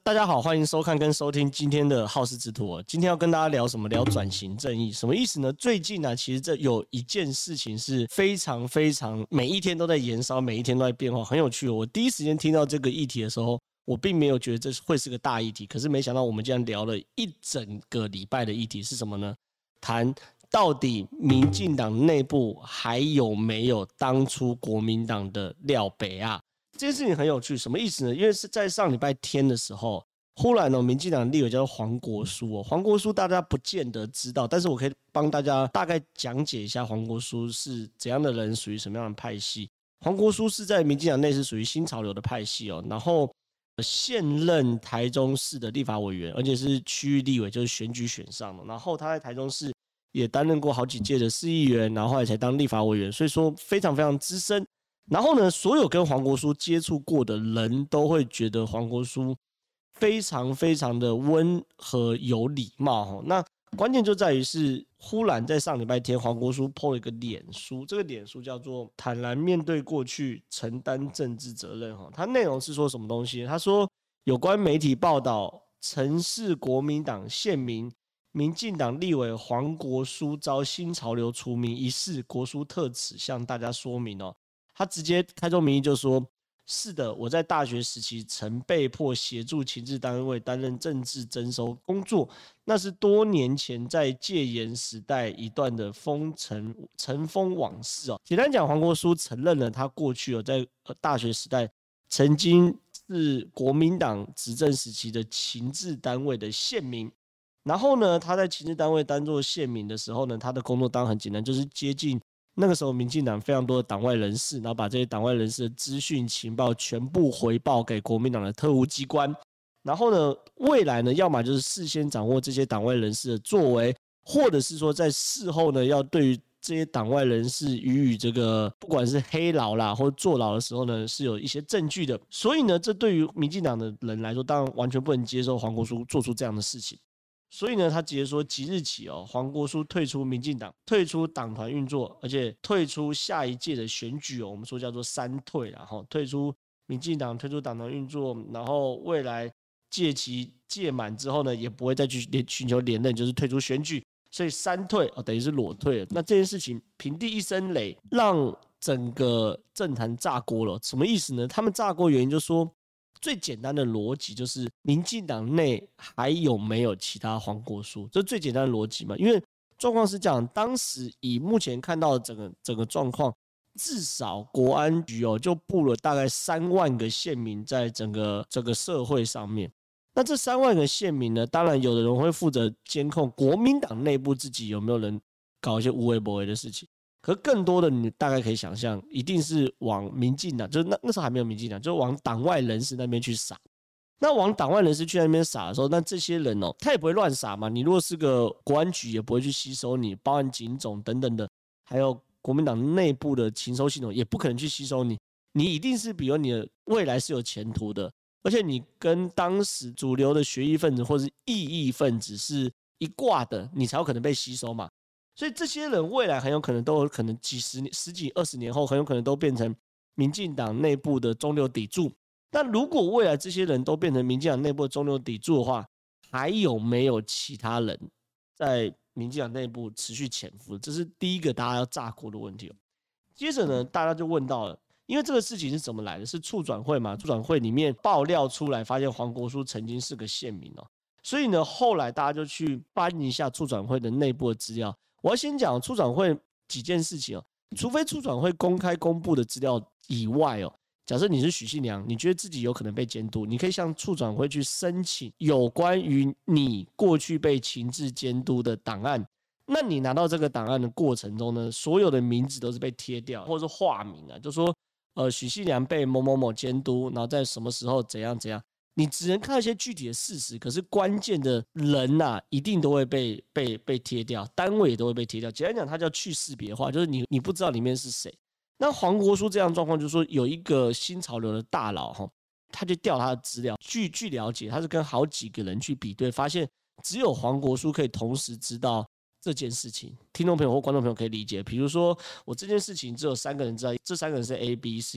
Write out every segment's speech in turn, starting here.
大家好，欢迎收看跟收听今天的好事之徒。今天要跟大家聊什么？聊转型正义，什么意思呢？最近啊，其实这有一件事情是非常每一天都在延烧，每一天都在变化，很有趣。我第一时间听到这个议题的时候，我并没有觉得这会是个大议题，可是没想到我们竟然聊了一整个礼拜的议题是什么呢？谈到底民进党内部还有没有当初国民党的廖北啊？这件事情很有趣，什么意思呢？因为是在上礼拜天的时候，忽然民进党立委叫做黄国书黄国书大家不见得知道，但是我可以帮大家大概讲解一下黄国书是怎样的人，属于什么样的派系。黄国书是在民进党内是属于新潮流的派系然后现任台中市的立法委员，而且是区域立委，就是选举选上的。然后他在台中市也担任过好几届的市议员，然后后来才当立法委员，所以说非常资深。然后呢，所有跟黄国书接触过的人都会觉得黄国书非常的温和有礼貌那关键就在于是，忽然在上礼拜天，黄国书 po 了一个脸书，这个脸书叫做“坦然面对过去，承担政治责任”它内容是说什么东西？他说有关媒体报道陈氏国民党县民民进党立委黄国书遭新潮流除名一事，国书特此向大家说明他直接开宗明义就说：“是的，我在大学时期曾被迫协助情治单位担任政治征收工作，那是多年前在戒严时代一段的尘封往事简单讲，黄国书承认了他过去在大学时代曾经是国民党执政时期的情治单位的县民。然后呢，他在情治单位担任县民的时候呢，他的工作当然很简单，就是接近。那个时候，民进党非常多的党外人士，然后把这些党外人士的资讯情报全部回报给国民党的特务机关。然后呢，未来呢，要么就是事先掌握这些党外人士的作为，或者是说在事后呢，要对于这些党外人士予以这个不管是黑牢啦或者坐牢的时候呢，是有一些证据的。所以呢，这对于民进党的人来说，当然完全不能接受黄国书做出这样的事情。所以呢，他直接说即日起黄国书退出民进党，退出党团运作，而且退出下一届的选举我们说叫做三退啦退出民进党，退出党团运作，然后未来届期届满之后呢，也不会再去寻求连任，就是退出选举，所以三退等于是裸退了。那这件事情平地一声雷，让整个政坛炸锅了。什么意思呢？他们炸锅原因就是说，最简单的逻辑就是民进党内还有没有其他黄国书，这是最简单的逻辑嘛。因为状况是这样，当时以目前看到的整个状况，至少国安局就布了大概3万个县民在整个社会上面。那这3万个县民呢，当然有的人会负责监控国民党内部自己有没有人搞一些无为不为的事情。可更多的你大概可以想象，一定是往民进党，就是那时候还没有民进党，就是往党外人士那边去撒。那往党外人士去那边撒的时候，那这些人他也不会乱撒嘛。你如果是个国安局，也不会去吸收你，包含警总等等的，还有国民党内部的情收系统，也不可能去吸收你。你一定是比如你的未来是有前途的，而且你跟当时主流的学艺分子或是异议分子是一挂的，你才有可能被吸收嘛。所以这些人未来很有可能都有可能十几20年后很有可能都变成民进党内部的中流砥柱。但如果未来这些人都变成民进党内部的中流砥柱的话，还有没有其他人在民进党内部持续潜伏？这是第一个大家要炸锅的问题接着呢，大家就问到了，因为这个事情是怎么来的？是促转会嘛？促转会里面爆料出来，发现黄国书曾经是个县民所以呢，后来大家就去翻一下促转会的内部的资料。我要先讲促转会几件事情除非促转会公开公布的资料以外假设你是许信良，你觉得自己有可能被监督，你可以向促转会去申请有关于你过去被情治监督的档案。那你拿到这个档案的过程中呢，所有的名字都是被贴掉，或者是化名就说许信良被某某某监督，然后在什么时候怎样怎样。你只能看一些具体的事实，可是关键的人一定都会被贴掉，单位也都会被贴掉。简单讲，它叫去识别化，就是你不知道里面是谁。那黄国书这样的状况，就是说有一个新潮流的大佬他就调他的资料，据了解，他是跟好几个人去比对，发现只有黄国书可以同时知道这件事情。听众朋友或观众朋友可以理解，比如说我这件事情只有3个人知道，这3个人是 A、B、C。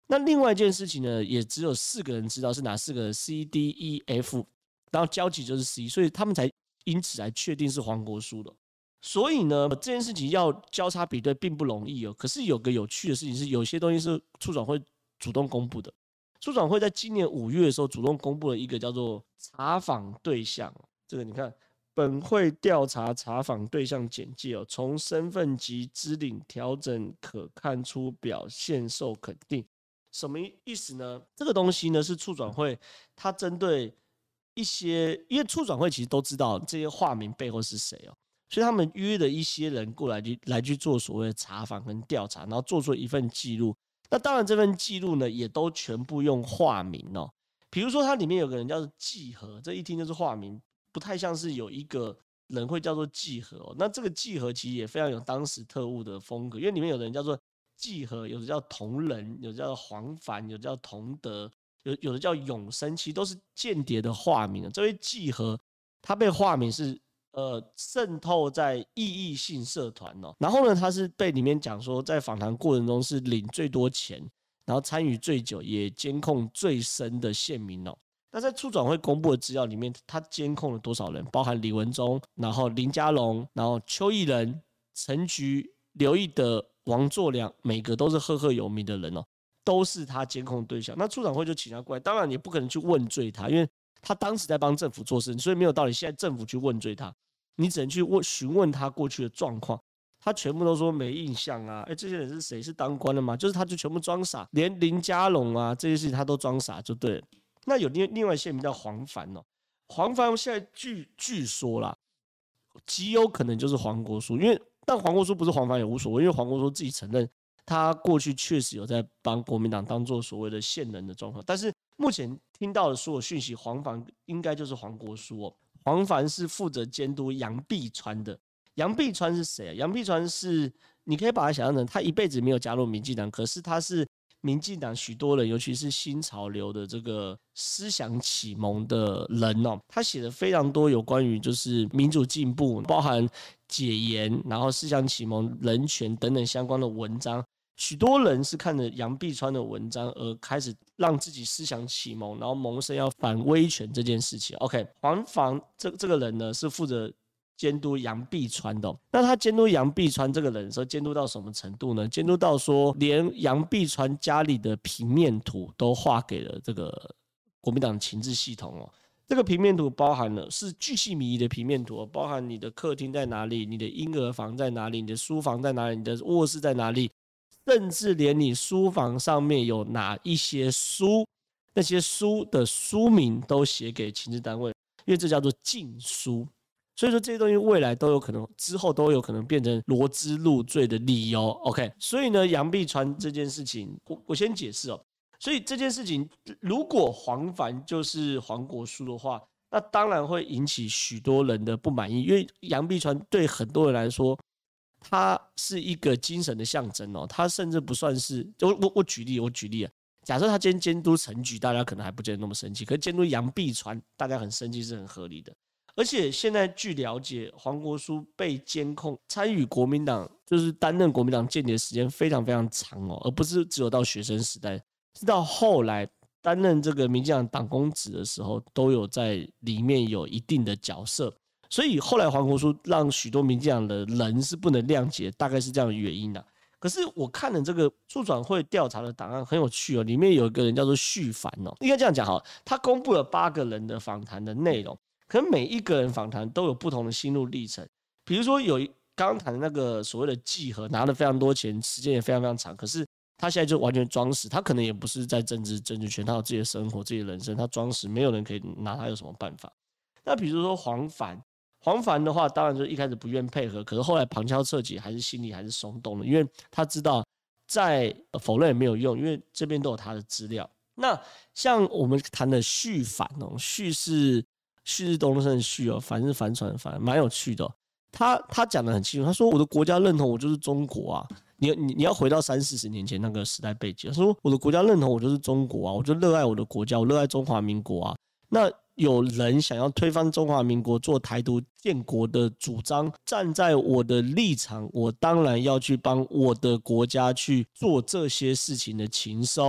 那另外一件事情呢，也只有4个人知道是哪4个 C D E F， 然后交集就是 C， 所以他们才因此来确定是黄国书的。所以呢，这件事情要交叉比对并不容易哦。可是有个有趣的事情是，有些东西是促转会主动公布的。促转会在今年5月的时候主动公布了一个叫做查访对象，这个你看，本会调查查访对象简介哦，从身份及资领调整可看出表现受肯定。什么意思呢？这个东西呢是促转会，它针对一些，因为促转会其实都知道这些化名背后是谁哦，所以他们约了一些人过来去做所谓的查访跟调查，然后做出一份记录。那当然，这份记录呢，也都全部用化名哦。比如说，它里面有个人叫做季和，这一听就是化名，不太像是有一个人会叫做季和哦。那这个季和其实也非常有当时特务的风格，因为里面有的人叫做季和，有的叫同仁，有的叫黄凡，有的叫同德，有的叫永生，其实都是间谍的化名。这位季和，他被化名是渗透在异议性社团哦，然后呢，他是被里面讲说，在访谈过程中是领最多钱，然后参与最久，也监控最深的县民哦。那在促转会公布的资料里面，他监控了多少人？包含李文忠，然后林佳龙，然后邱义仁、陈菊、刘义德、王作良，每个都是赫赫有名的人哦，都是他监控对象。那促转会就请他过来，当然也不可能去问罪他，因为他当时在帮政府做事，所以没有道理现在政府去问罪他。你只能去询问他过去的状况，他全部都说没印象啊，这些人是谁？是当官的吗？就是他就全部装傻，连林佳龙啊这些事情他都装傻就对了。那有另外一些名叫黄凡哦，黄凡现在据说啦，极有可能就是黄国书，因为但黄国书不是黄凡也无所谓，因为黄国书自己承认他过去确实有在帮国民党当做所谓的线人的状况，但是目前听到的所有讯息，黄凡应该就是黄国书哦。黄凡是负责监督杨碧川的。杨碧川是谁啊？杨碧川是你可以把他想象成他一辈子没有加入民进党，可是他是民进党许多人，尤其是新潮流的这个思想启蒙的人哦。他写的非常多有关于就是民主进步，包含解严，然后思想启蒙、人权等等相关的文章。许多人是看着杨碧川的文章而开始让自己思想启蒙，然后萌生要反威权这件事情。OK， 黄凡这个人呢是负责监督杨碧川的哦。那他监督杨碧川这个人的时候，监督到什么程度呢？监督到说，连杨碧川家里的平面图都画给了这个国民党情治系统哦。这个平面图包含了是巨细靡遗的平面图哦，包含你的客厅在哪里，你的婴儿房在哪里，你的书房在哪里，你的卧室在哪里。甚至连你书房上面有哪一些书，那些书的书名都写给情治单位，因为这叫做禁书。所以说这些东西未来都有可能，之后都有可能变成罗织入罪的理由。OK， 所以呢，杨碧川这件事情，我先解释哦。所以这件事情，如果黄凡就是黄国书的话，那当然会引起许多人的不满意，因为杨碧川对很多人来说，他是一个精神的象征哦，他甚至不算是，我举例啊，假设他今天监督陈菊，大家可能还不觉得那么生气，可是监督杨碧川，大家很生气是很合理的。而且现在据了解，黄国书被监控参与国民党，就是担任国民党间谍的时间非常非常长哦，而不是只有到学生时代，是到后来担任这个民进党党公职的时候，都有在里面有一定的角色。所以后来黄国书让许多民进党的人是不能谅解，大概是这样的原因啊。可是我看了这个促转会调查的档案很有趣哦，里面有一个人叫做旭凡哦，应该这样讲好，他公布了8个人的访谈的内容，可能每一个人访谈都有不同的心路历程。比如说有刚刚谈的那个所谓的季和拿了非常多钱，时间也非常非常长，可是他现在就完全装死，他可能也不是在政治圈，他有自己的生活、自己的人生，他装死，没有人可以拿他有什么办法。那比如说黄凡的话，当然就一开始不愿配合，可是后来旁敲侧击，还是心里还是松动了，因为他知道再否认也没有用，因为这边都有他的资料。那像我们谈的旭凡哦，旭是旭日东升的旭哦，帆是帆船的帆，蛮有趣的哦。他讲得很清楚，他说我的国家认同我就是中国啊。你要回到30-40年前那个时代背景，他说我的国家认同我就是中国啊，我就热爱我的国家，我热爱中华民国啊。那有人想要推翻中华民国做台独建国的主张，站在我的立场，我当然要去帮我的国家去做这些事情的情收。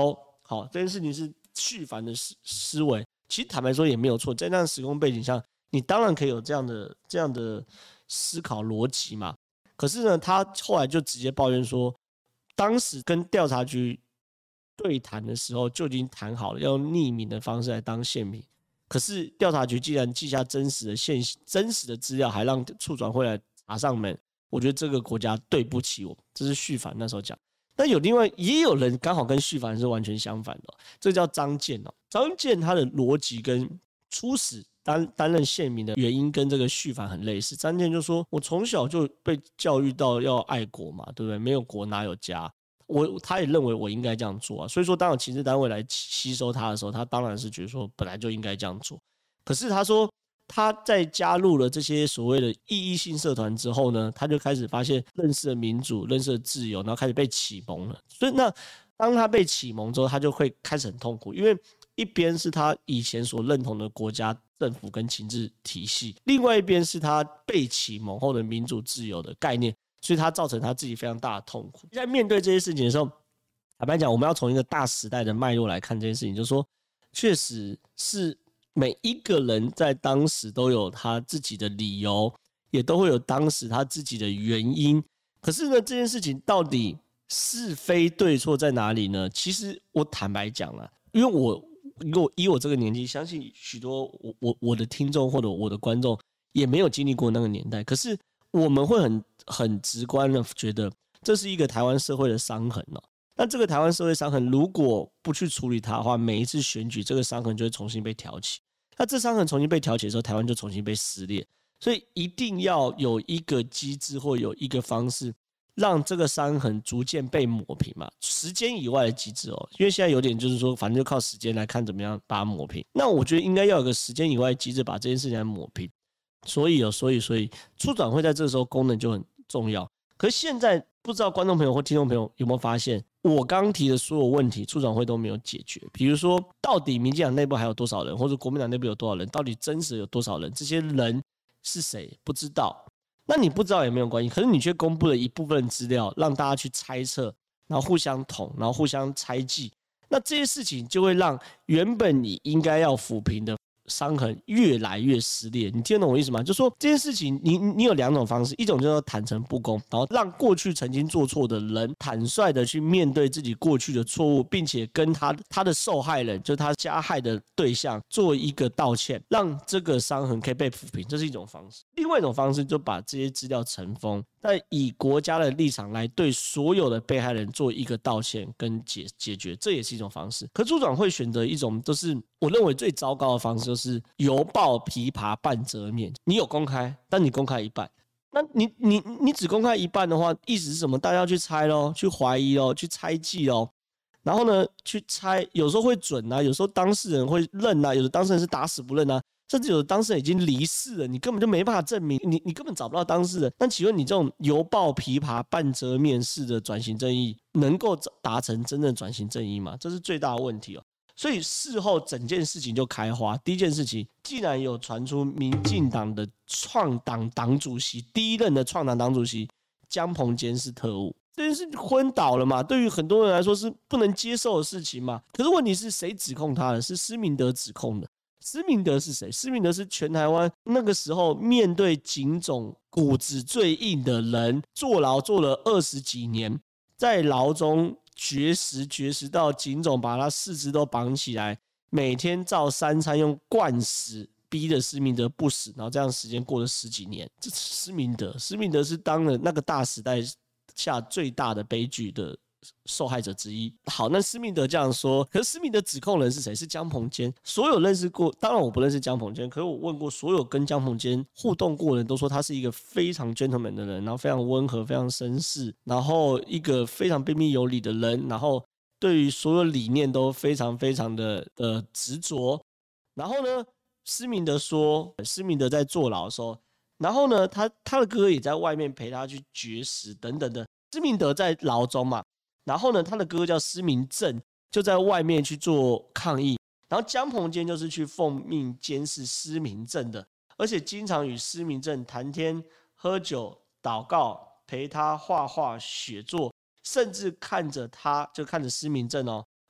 好，这件事情是绪凡的思维，其实坦白说也没有错，在那样时空背景下，你当然可以有这样的思考逻辑嘛。可是呢，他后来就直接抱怨说，当时跟调查局对谈的时候就已经谈好了，要用匿名的方式来当线民。可是调查局既然记下真实的资料，还让处转会来查上门，我觉得这个国家对不起我。这是绪凡那时候讲。那也有人刚好跟绪凡是完全相反的，这叫张健哦。张健他的逻辑跟初始担任县民的原因跟这个绪凡很类似。张健就说：“我从小就被教育到要爱国嘛，对不对？没有国哪有家？他也认为我应该这样做啊。所以说，当有情治单位来吸收他的时候，他当然是觉得说本来就应该这样做。可是他说。”他在加入了这些所谓的意义性社团之后呢，他就开始发现认识了民主，认识了自由，然后开始被启蒙了。所以那当他被启蒙之后，他就会开始很痛苦，因为一边是他以前所认同的国家政府跟情治体系，另外一边是他被启蒙后的民主自由的概念，所以他造成他自己非常大的痛苦。在面对这些事情的时候，坦白讲，我们要从一个大时代的脉络来看这件事情，就是说，确实是。每一个人在当时都有他自己的理由，也都会有当时他自己的原因。可是呢，这件事情到底是非对错在哪里呢？其实我坦白讲了，因为以我这个年纪，相信许多我的听众或者我的观众也没有经历过那个年代。可是我们会很直观的觉得，这是一个台湾社会的伤痕哦。那这个台湾社会伤痕，如果不去处理它的话，每一次选举，这个伤痕就会重新被挑起。那这伤痕重新被挑起的时候，台湾就重新被撕裂。所以一定要有一个机制或有一个方式，让这个伤痕逐渐被抹平嘛。时间以外的机制哦，因为现在有点就是说，反正就靠时间来看怎么样把它抹平。那我觉得应该要有个时间以外的机制，把这件事情来抹平。所以促转会在这个时候功能就很重要。可是现在不知道观众朋友或听众朋友有没有发现？我刚刚提的所有问题，促转会都没有解决。比如说，到底民进党内部还有多少人，或者国民党内部有多少人？到底真实有多少人？这些人是谁？不知道。那你不知道也没有关系，可是你却公布了一部分资料，让大家去猜测，然后互相捅，然后互相猜忌。那这些事情就会让原本你应该要抚平的伤痕越来越撕裂。你听得懂我意思吗？就是说这件事情你有两种方式，一种叫做坦诚不公，然后让过去曾经做错的人坦率的去面对自己过去的错误，并且跟他的受害人，就是他加害的对象做一个道歉，让这个伤痕可以被抚平，这是一种方式。另外一种方式就把这些资料尘封，但以国家的立场来对所有的被害人做一个道歉跟解决，这也是一种方式。可促转会选择一种就是我认为最糟糕的方式，就是犹抱琵琶半遮面。你有公开，但你公开一半。那你只公开一半的话，意思是什么？大家要去猜咯，去怀疑咯，去猜忌咯。然后呢，去猜，有时候会准啊，有时候当事人会认啊，有的当事人是打死不认啊，甚至有的当事人已经离世了，你根本就没办法证明，你根本找不到当事人。但请问你这种犹抱琵琶半遮面式的转型正义，能够达成真正转型正义吗？这是最大的问题哦。所以事后整件事情就开花。第一件事情，既然有传出民进党的创党党主席第一任的创党党主席江鹏坚是特务，这件事昏倒了嘛？对于很多人来说是不能接受的事情嘛。可是问题是谁指控他的？是施明德指控的。施明德是谁？施明德是全台湾那个时候面对警总骨子最硬的人，坐牢坐了20几年，在牢中绝食到警总把他四肢都绑起来，每天照3餐用灌食，逼的施明德不死，然后这样时间过了10几年。这施明德是当了那个大时代下最大的悲剧的受害者之一。好，那施明德这样说，可是施明德指控人是谁？是江鹏坚。所有认识过，当然我不认识江鹏坚，可是我问过所有跟江鹏坚互动过的人都说他是一个非常 gentleman 的人，然后非常温和，非常绅士，然后一个非常彬彬有礼的人，然后对于所有理念都非常非常的执着。然后呢，施明德说，施明德在坐牢的时候，然后呢，他的哥哥也在外面陪他去绝食等等的。施明德在牢中嘛。然后呢，他的哥哥叫施明正，就在外面去做抗议。然后江鹏坚就是去奉命监视施明正的，而且经常与施明正谈天、喝酒、祷告，陪他画画、写作，甚至看着施明正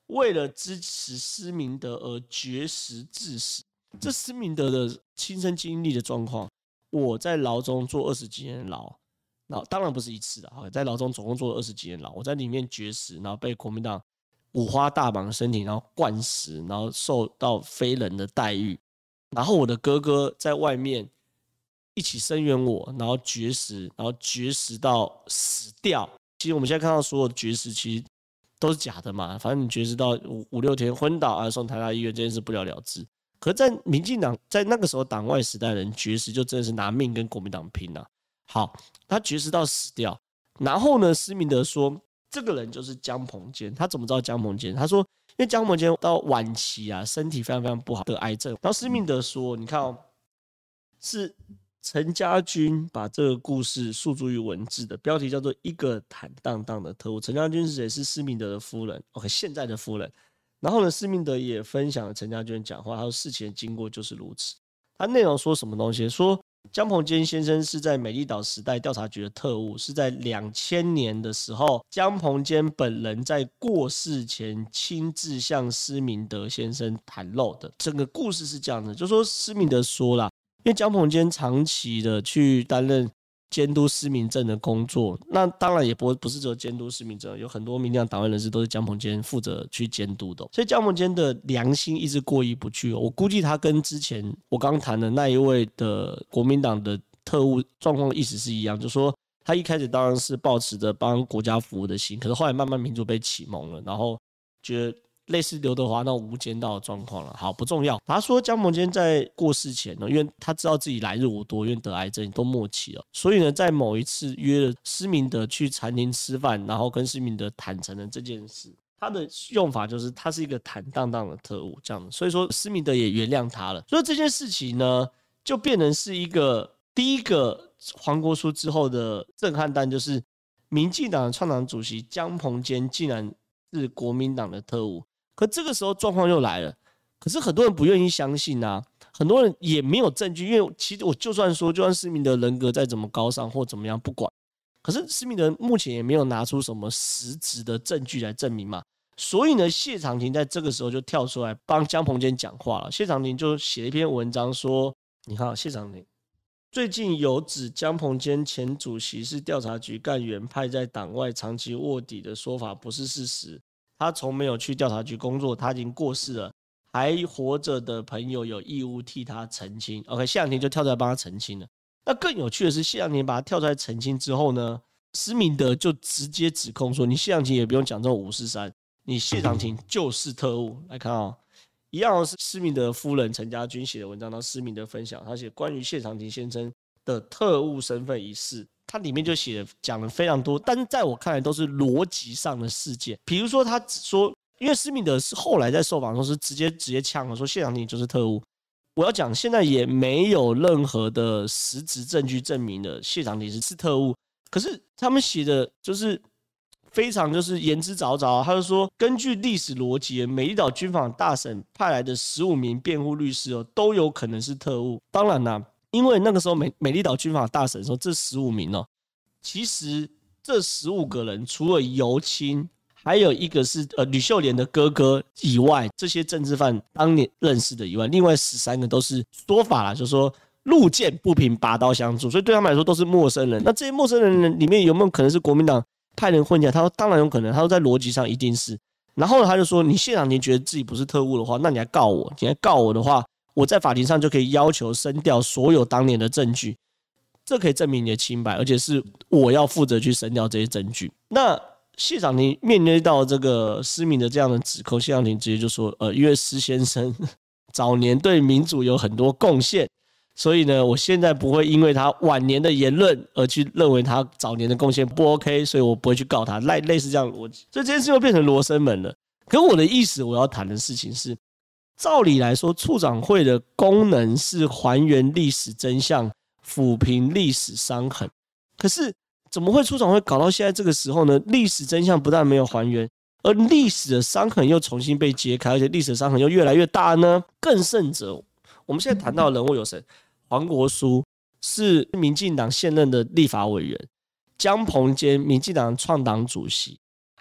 为了支持施明德而绝食致死。这施明德的亲身经历的状况，我在牢中坐20几年牢，然后当然不是一次的，在牢中总共坐了20几年牢，我在里面绝食，然后被国民党五花大绑的身体，然后灌食，然后受到非人的待遇，然后我的哥哥在外面一起声援我，然后绝食，然后绝食到死掉。其实我们现在看到所有的绝食，其实都是假的嘛，反正你绝食到5-6天昏倒啊，送台大医院这件事不了了之。可是在民进党在那个时候党外时代的人绝食就真的是拿命跟国民党拼啊。好，他绝食到死掉，然后呢，施明德说这个人就是江鹏坚。他怎么知道江鹏坚？他说因为江鹏坚到晚期啊，身体非常非常不好，得癌症。然后施明德说，你看哦，是陈家军把这个故事诉诸于文字的，标题叫做《一个坦荡荡的特务》。陈家军是谁？是施明德的夫人 ，OK， 现在的夫人。然后呢，施明德也分享了陈家军讲话，他说事情的经过就是如此。他内容说什么东西？说江鹏坚先生是在美丽岛时代调查局的特务，是在2000年的时候，江鹏坚本人在过世前亲自向施明德先生袒露的。整个故事是这样的，就说施明德说啦，因为江鹏坚长期的去担任监督施明正的工作，那当然也不是只有监督施明正，有很多民进党党员人士都是江鹏坚负责去监督的，所以江鹏坚的良心一直过意不去。我估计他跟之前我刚谈的那一位的国民党的特务状况意思是一样，就是说他一开始当然是抱持着帮国家服务的心，可是后来慢慢民主被启蒙了，然后觉得类似刘德华那种无间道的状况了。好，不重要。他说江鹏坚在过世前呢，因为他知道自己来日无多，因为得癌症都末期了，所以呢，在某一次约了施明德去餐厅吃饭，然后跟施明德坦诚了这件事。他的用法就是他是一个坦荡荡的特务这样的，所以说施明德也原谅他了。所以这件事情呢，就变成是一个第一个黄国书之后的震撼弹，就是民进党的创党主席江鹏坚竟然是国民党的特务。可这个时候状况又来了，可是很多人不愿意相信啊，很多人也没有证据，因为其实我就算说，就算施明德人格再怎么高尚或怎么样，不管，可是施明德目前也没有拿出什么实质的证据来证明嘛。所以呢，谢长廷在这个时候就跳出来帮江鹏坚讲话了。谢长廷就写了一篇文章说，你看谢长廷最近有指江鹏坚前主席是调查局干员派在党外长期卧底的说法不是事实。他从没有去调查局工作，他已经过世了，还活着的朋友有义务替他澄清。OK， 谢长廷就跳出来帮他澄清了。那更有趣的是，谢长廷把他跳出来澄清之后呢，施明德就直接指控说，你谢长廷也不用讲这种543，你谢长廷就是特务。来看哦，一样是施明德夫人陈家军写的文章，然后施明德分享，他写关于谢长廷先生的特务身份一事。他里面就讲了非常多，但是在我看来都是逻辑上的事件。比如说，他只说，因为施明德是后来在受访的时候是直接呛了，说谢长廷就是特务。我要讲，现在也没有任何的实质证据证明了谢长廷是特务。可是他们写的就是非常就是言之凿凿，他就说，根据历史逻辑，美丽岛军防大审派来的15名辩护律师都有可能是特务。当然啦。因为那个时候美丽岛军法大审的时候，这15名其实这15个人除了尤清，还有一个是吕秀莲的哥哥以外，这些政治犯当年认识的以外，另外13个都是说法啦，就是说路见不平拔刀相助，所以对他们来说都是陌生人。那这些陌生人里面有没有可能是国民党派人混进来？他说当然有可能，他说在逻辑上一定是。然后他就说，你谢长廷觉得自己不是特务的话，那你来告我，你来告我的话，我在法庭上就可以要求声调所有当年的证据，这可以证明你的清白，而且是我要负责去声调这些证据。那谢长廷面对到这个施明的这样的指控，谢长廷直接就说，因为施先生早年对民主有很多贡献，所以呢，我现在不会因为他晚年的言论而去认为他早年的贡献不 OK， 所以我不会去告他，类似这样的逻辑。所以这件事又变成罗生门了。可我的意思，我要谈的事情是，照理来说，处长会的功能是还原历史真相，抚平历史伤痕。可是怎么会处长会搞到现在这个时候呢？历史真相不但没有还原，而历史的伤痕又重新被揭开，而且历史的伤痕又越来越大呢？更甚者，我们现在谈到的人物有谁？黄国书是民进党现任的立法委员，江鹏坚民进党创党主席，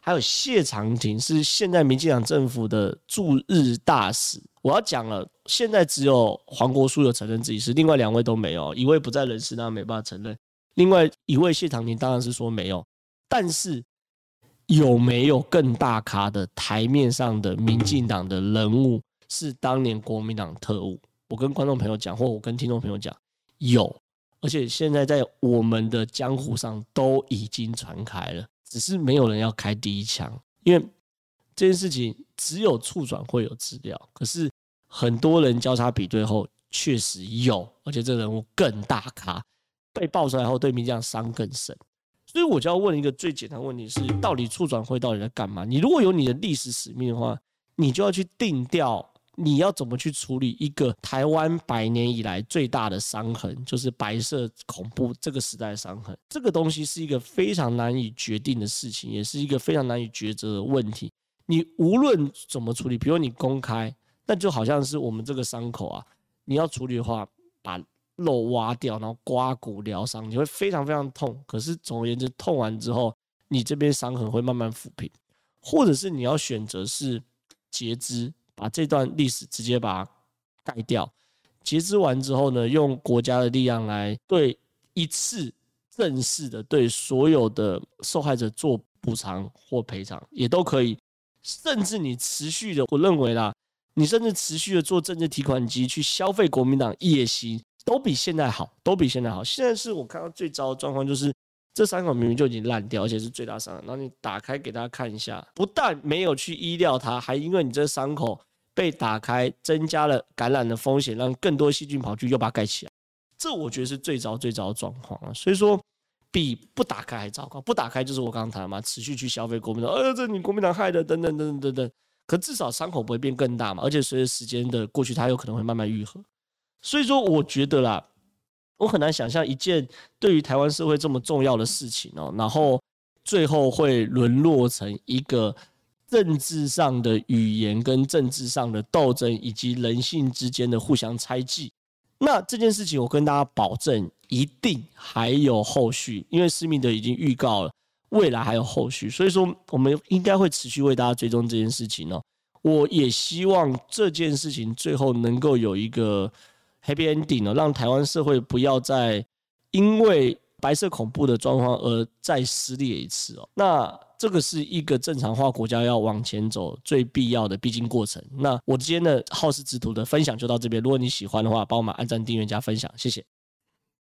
还有谢长廷是现在民进党政府的驻日大使。我要讲了，现在只有黄国书有承认自己是，另外2位都没有，一位不在人世，当然没办法承认，另外一位谢长廷当然是说没有。但是有没有更大咖的台面上的民进党的人物是当年国民党特务？我跟观众朋友讲，或我跟听众朋友讲，有，而且现在在我们的江湖上都已经传开了，只是没有人要开第一枪，因为这件事情只有触转会有资料，可是很多人交叉比对后确实有，而且这个人物更大咖，被爆出来后对民进党伤更深。所以我就要问一个最简单的问题是，到底促转会到底在干嘛？你如果有你的历史使命的话，你就要去定调你要怎么去处理一个台湾100年以来最大的伤痕，就是白色恐怖这个时代的伤痕。这个东西是一个非常难以决定的事情，也是一个非常难以抉择的问题。你无论怎么处理，比如你公开，那就好像是我们这个伤口啊，你要处理的话，把肉挖掉，然后刮骨疗伤，你会非常非常痛。可是总而言之，痛完之后，你这边伤痕会慢慢抚平，或者是你要选择是截肢，把这段历史直接把它盖掉。截肢完之后呢，用国家的力量来对一次正式的对所有的受害者做补偿或赔偿，也都可以。甚至你持续的，我认为啦，你甚至持续的做政治提款机去消费国民党也行。都比现在好，都比现在好。现在是我看到最糟的状况，就是这伤口明明就已经烂掉，而且是最大伤，然后你打开给大家看一下，不但没有去医疗它，还因为你这伤口被打开，增加了感染的风险，让更多细菌跑去又把它盖起来。这我觉得是最糟最糟的状况啊。所以说，比不打开还糟糕。不打开就是我刚刚谈的嘛，持续去消费国民党，这你国民党害的，等等等等等等。可至少伤口不会变更大嘛，而且随着时间的过去，它有可能会慢慢愈合。所以说，我觉得啦，我很难想象一件对于台湾社会这么重要的事情哦，然后最后会沦落成一个政治上的语言跟政治上的斗争，以及人性之间的互相猜忌。那这件事情，我跟大家保证，一定还有后续，因为施密德已经预告了，未来还有后续，所以说我们应该会持续为大家追踪这件事情哦。我也希望这件事情最后能够有一个Happy Ending 哦，让台湾社会不要再因为白色恐怖的状况而再撕裂一次哦。那这个是一个正常化国家要往前走最必要的必经过程。那我今天的好事之徒的分享就到这边，如果你喜欢的话，帮我们按赞、订阅、加分享，谢谢。